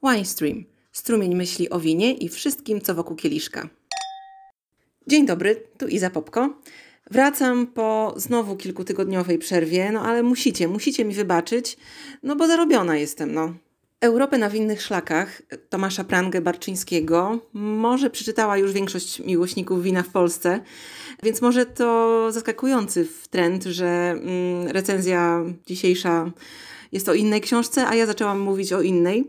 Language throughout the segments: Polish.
Winestream. Strumień myśli o winie i wszystkim, co wokół kieliszka. Dzień dobry, tu Iza Popko. Wracam po znowu kilkutygodniowej przerwie, ale musicie mi wybaczyć, bo zarobiona jestem, Europę na winnych szlakach Tomasza Prangę-Barczyńskiego może przeczytała już większość miłośników wina w Polsce, więc może to zaskakujący trend, że recenzja dzisiejsza jest o innej książce, a ja zaczęłam mówić o innej.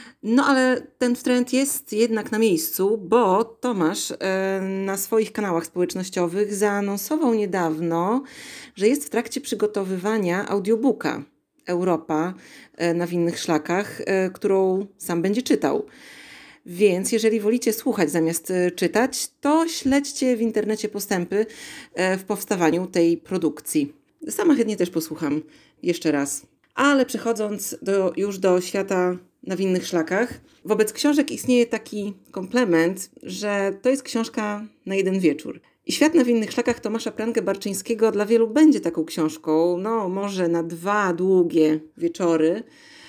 Ale ten trend jest jednak na miejscu, bo Tomasz na swoich kanałach społecznościowych zaanonsował niedawno, że jest w trakcie przygotowywania audiobooka Europa na winnych szlakach, którą sam będzie czytał. Więc jeżeli wolicie słuchać zamiast czytać, to śledźcie w internecie postępy w powstawaniu tej produkcji. Sama chętnie też posłucham jeszcze raz. Ale przechodząc już do świata na winnych szlakach, wobec książek istnieje taki komplement, że to jest książka na jeden wieczór. I Świat na winnych szlakach Tomasza Prangę-Barczyńskiego dla wielu będzie taką książką, może na 2 długie wieczory,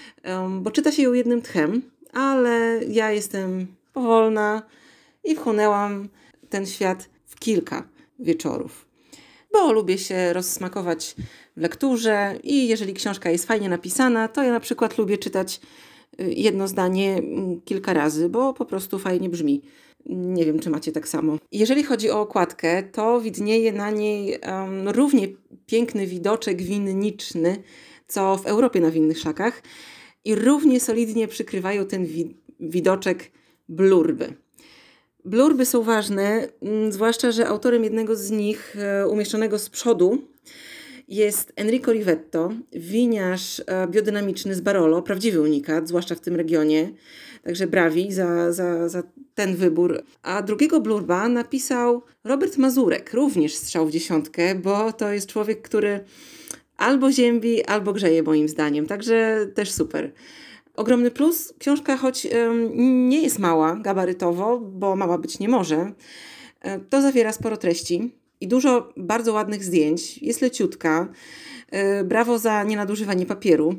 bo czyta się ją jednym tchem, ale ja jestem powolna i wchłonęłam ten świat w kilka wieczorów. Bo lubię się rozsmakować w lekturze i jeżeli książka jest fajnie napisana, to ja na przykład lubię czytać jedno zdanie kilka razy, bo po prostu fajnie brzmi. Nie wiem, czy macie tak samo. Jeżeli chodzi o okładkę, to widnieje na niej równie piękny widoczek winniczny, co w Europie na winnych szlakach i równie solidnie przykrywają ten widoczek blurby. Blurby są ważne, zwłaszcza, że autorem jednego z nich, umieszczonego z przodu, jest Enrico Rivetto, winiarz biodynamiczny z Barolo, prawdziwy unikat, zwłaszcza w tym regionie. Także brawi za ten wybór. A drugiego blurba napisał Robert Mazurek, również strzał w dziesiątkę, bo to jest człowiek, który albo ziębi, albo grzeje moim zdaniem. Także też super. Ogromny plus, książka choć nie jest mała gabarytowo, bo mała być nie może, to zawiera sporo treści i dużo bardzo ładnych zdjęć, jest leciutka, brawo za nienadużywanie papieru.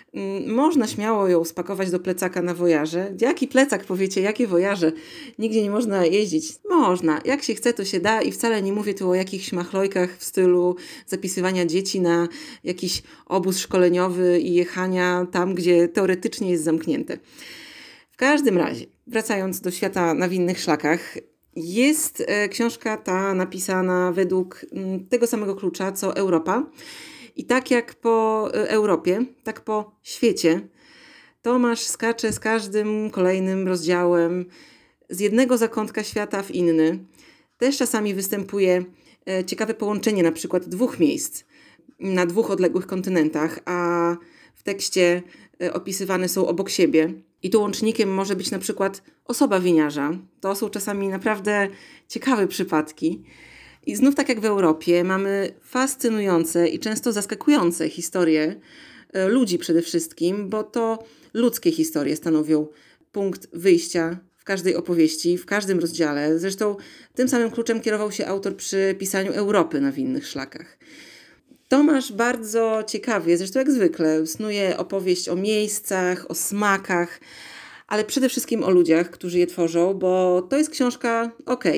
Można śmiało ją spakować do plecaka na wojaże. Jaki plecak, powiecie, jakie wojaże? Nigdzie nie można jeździć. Można, jak się chce, to się da i wcale nie mówię tu o jakichś machlojkach w stylu zapisywania dzieci na jakiś obóz szkoleniowy i jechania tam, gdzie teoretycznie jest zamknięte. W każdym razie, wracając do świata na winnych szlakach, jest książka ta napisana według tego samego klucza, co Europa. I tak jak po Europie, tak po świecie, Tomasz skacze z każdym kolejnym rozdziałem z jednego zakątka świata w inny. Też czasami występuje ciekawe połączenie na przykład 2 miejsc na 2 odległych kontynentach, a w tekście opisywane są obok siebie. I tu łącznikiem może być na przykład osoba winiarza. To są czasami naprawdę ciekawe przypadki. I znów tak jak w Europie mamy fascynujące i często zaskakujące historie ludzi przede wszystkim, bo to ludzkie historie stanowią punkt wyjścia w każdej opowieści, w każdym rozdziale. Zresztą tym samym kluczem kierował się autor przy pisaniu Europy na winnych szlakach. Tomasz bardzo ciekawie, zresztą jak zwykle, snuje opowieść o miejscach, o smakach, ale przede wszystkim o ludziach, którzy je tworzą, bo to jest książka,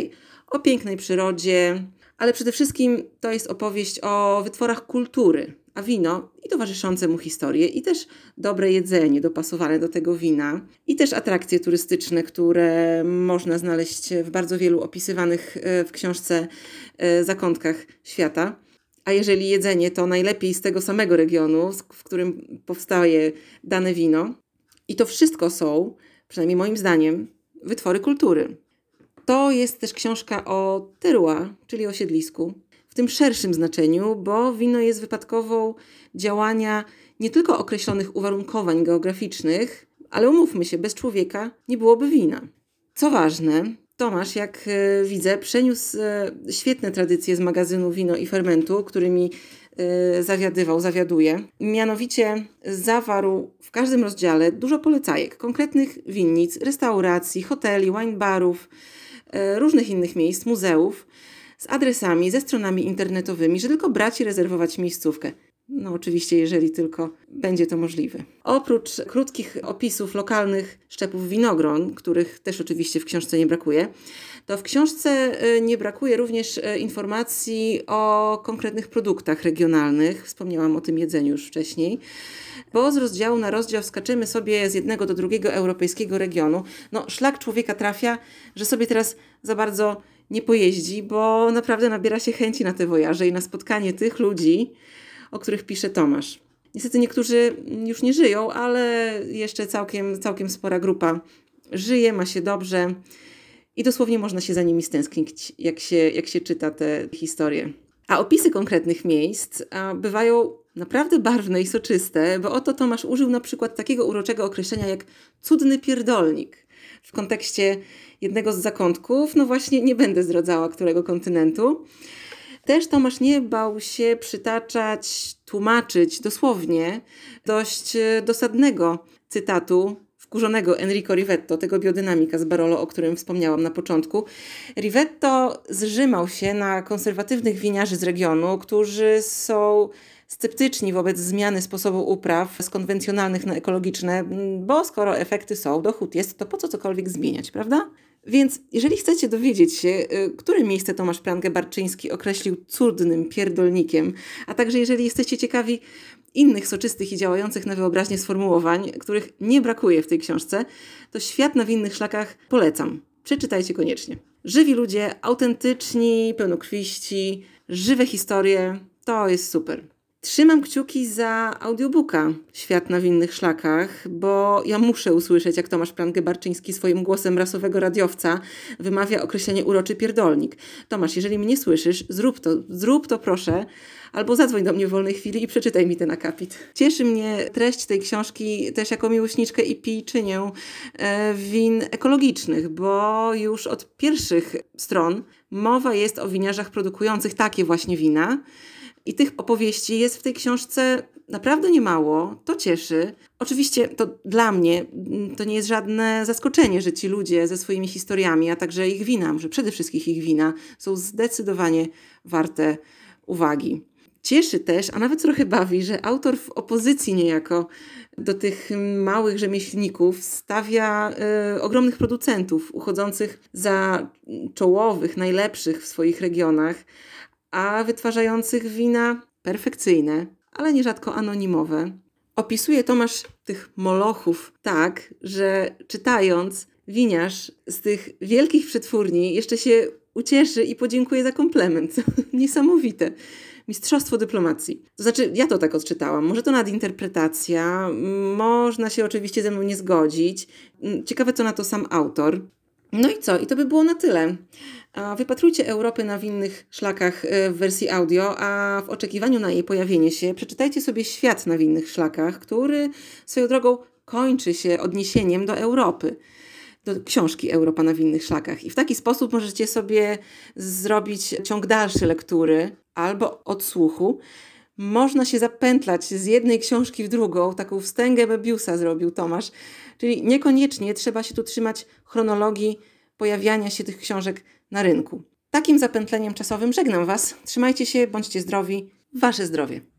o pięknej przyrodzie, ale przede wszystkim to jest opowieść o wytworach kultury, a wino i towarzyszące mu historie, i też dobre jedzenie dopasowane do tego wina, i też atrakcje turystyczne, które można znaleźć w bardzo wielu opisywanych w książce zakątkach świata. A jeżeli jedzenie, to najlepiej z tego samego regionu, w którym powstaje dane wino. I to wszystko są, przynajmniej moim zdaniem, wytwory kultury. To jest też książka o terroir, czyli o siedlisku, w tym szerszym znaczeniu, bo wino jest wypadkową działania nie tylko określonych uwarunkowań geograficznych, ale umówmy się, bez człowieka nie byłoby wina. Co ważne, Tomasz, jak widzę, przeniósł świetne tradycje z magazynu Wino i Fermentu, którymi zawiaduje. Mianowicie zawarł w każdym rozdziale dużo polecajek konkretnych winnic, restauracji, hoteli, wine barów, różnych innych miejsc, muzeów, z adresami, ze stronami internetowymi, że tylko brać i rezerwować miejscówkę. No oczywiście, jeżeli tylko będzie to możliwe. Oprócz krótkich opisów lokalnych szczepów winogron, których też oczywiście w książce nie brakuje, to w książce nie brakuje również informacji o konkretnych produktach regionalnych. Wspomniałam o tym jedzeniu już wcześniej. Bo z rozdziału na rozdział skaczymy sobie z jednego do drugiego europejskiego regionu. No, szlak człowieka trafia, że sobie teraz za bardzo nie pojeździ, bo naprawdę nabiera się chęci na te wojaże i na spotkanie tych ludzi, o których pisze Tomasz. Niestety niektórzy już nie żyją, ale jeszcze całkiem spora grupa żyje, ma się dobrze i dosłownie można się za nimi stęsknić, jak się czyta te historie. A opisy konkretnych miejsc bywają naprawdę barwne i soczyste, bo oto Tomasz użył na przykład takiego uroczego określenia jak cudny pierdolnik. W kontekście jednego z zakątków, no właśnie nie będę zdradzała którego kontynentu. Też Tomasz nie bał się przytaczać, tłumaczyć dosłownie dość dosadnego cytatu wkurzonego Enrico Rivetto, tego biodynamika z Barolo, o którym wspomniałam na początku. Rivetto zżymał się na konserwatywnych winiarzy z regionu, którzy są sceptyczni wobec zmiany sposobu upraw z konwencjonalnych na ekologiczne, bo skoro efekty są, dochód jest, to po co cokolwiek zmieniać, prawda? Więc jeżeli chcecie dowiedzieć się, które miejsce Tomasz Prangę-Barczyński określił cudnym pierdolnikiem, a także jeżeli jesteście ciekawi innych soczystych i działających na wyobraźnię sformułowań, których nie brakuje w tej książce, to Świat na winnych szlakach polecam. Przeczytajcie koniecznie. Żywi ludzie, autentyczni, pełnokrwiści, żywe historie, to jest super. Trzymam kciuki za audiobooka Świat na winnych szlakach, bo ja muszę usłyszeć, jak Tomasz Prangę-Barczyński swoim głosem rasowego radiowca wymawia określenie uroczy pierdolnik. Tomasz, jeżeli mnie słyszysz, zrób to proszę, albo zadzwoń do mnie w wolnej chwili i przeczytaj mi ten akapit. Cieszy mnie treść tej książki też jako miłośniczkę i pijczynię win ekologicznych, bo już od pierwszych stron mowa jest o winiarzach produkujących takie właśnie wina. I tych opowieści jest w tej książce naprawdę niemało, to cieszy. Oczywiście to dla mnie to nie jest żadne zaskoczenie, że ci ludzie ze swoimi historiami, a także ich wina, może przede wszystkim ich wina, są zdecydowanie warte uwagi. Cieszy też, a nawet trochę bawi, że autor w opozycji niejako do tych małych rzemieślników stawia ogromnych producentów uchodzących za czołowych, najlepszych w swoich regionach, a wytwarzających wina perfekcyjne, ale nierzadko anonimowe. Opisuje Tomasz tych molochów tak, że czytając, winiarz z tych wielkich przetwórni jeszcze się ucieszy i podziękuje za komplement. Niesamowite. Mistrzostwo dyplomacji. To znaczy, ja to tak odczytałam. Może to nadinterpretacja, można się oczywiście ze mną nie zgodzić. Ciekawe, co na to sam autor. No i co? I to by było na tyle. Wypatrujcie Europy na winnych szlakach w wersji audio, a w oczekiwaniu na jej pojawienie się przeczytajcie sobie Świat na winnych szlakach, który swoją drogą kończy się odniesieniem do Europy, do książki Europa na winnych szlakach. I w taki sposób możecie sobie zrobić ciąg dalszy lektury albo odsłuchu. Można się zapętlać z jednej książki w drugą, taką wstęgę Bebiusa zrobił Tomasz, czyli niekoniecznie trzeba się tu trzymać chronologii pojawiania się tych książek na rynku. Takim zapętleniem czasowym żegnam Was. Trzymajcie się, bądźcie zdrowi. Wasze zdrowie.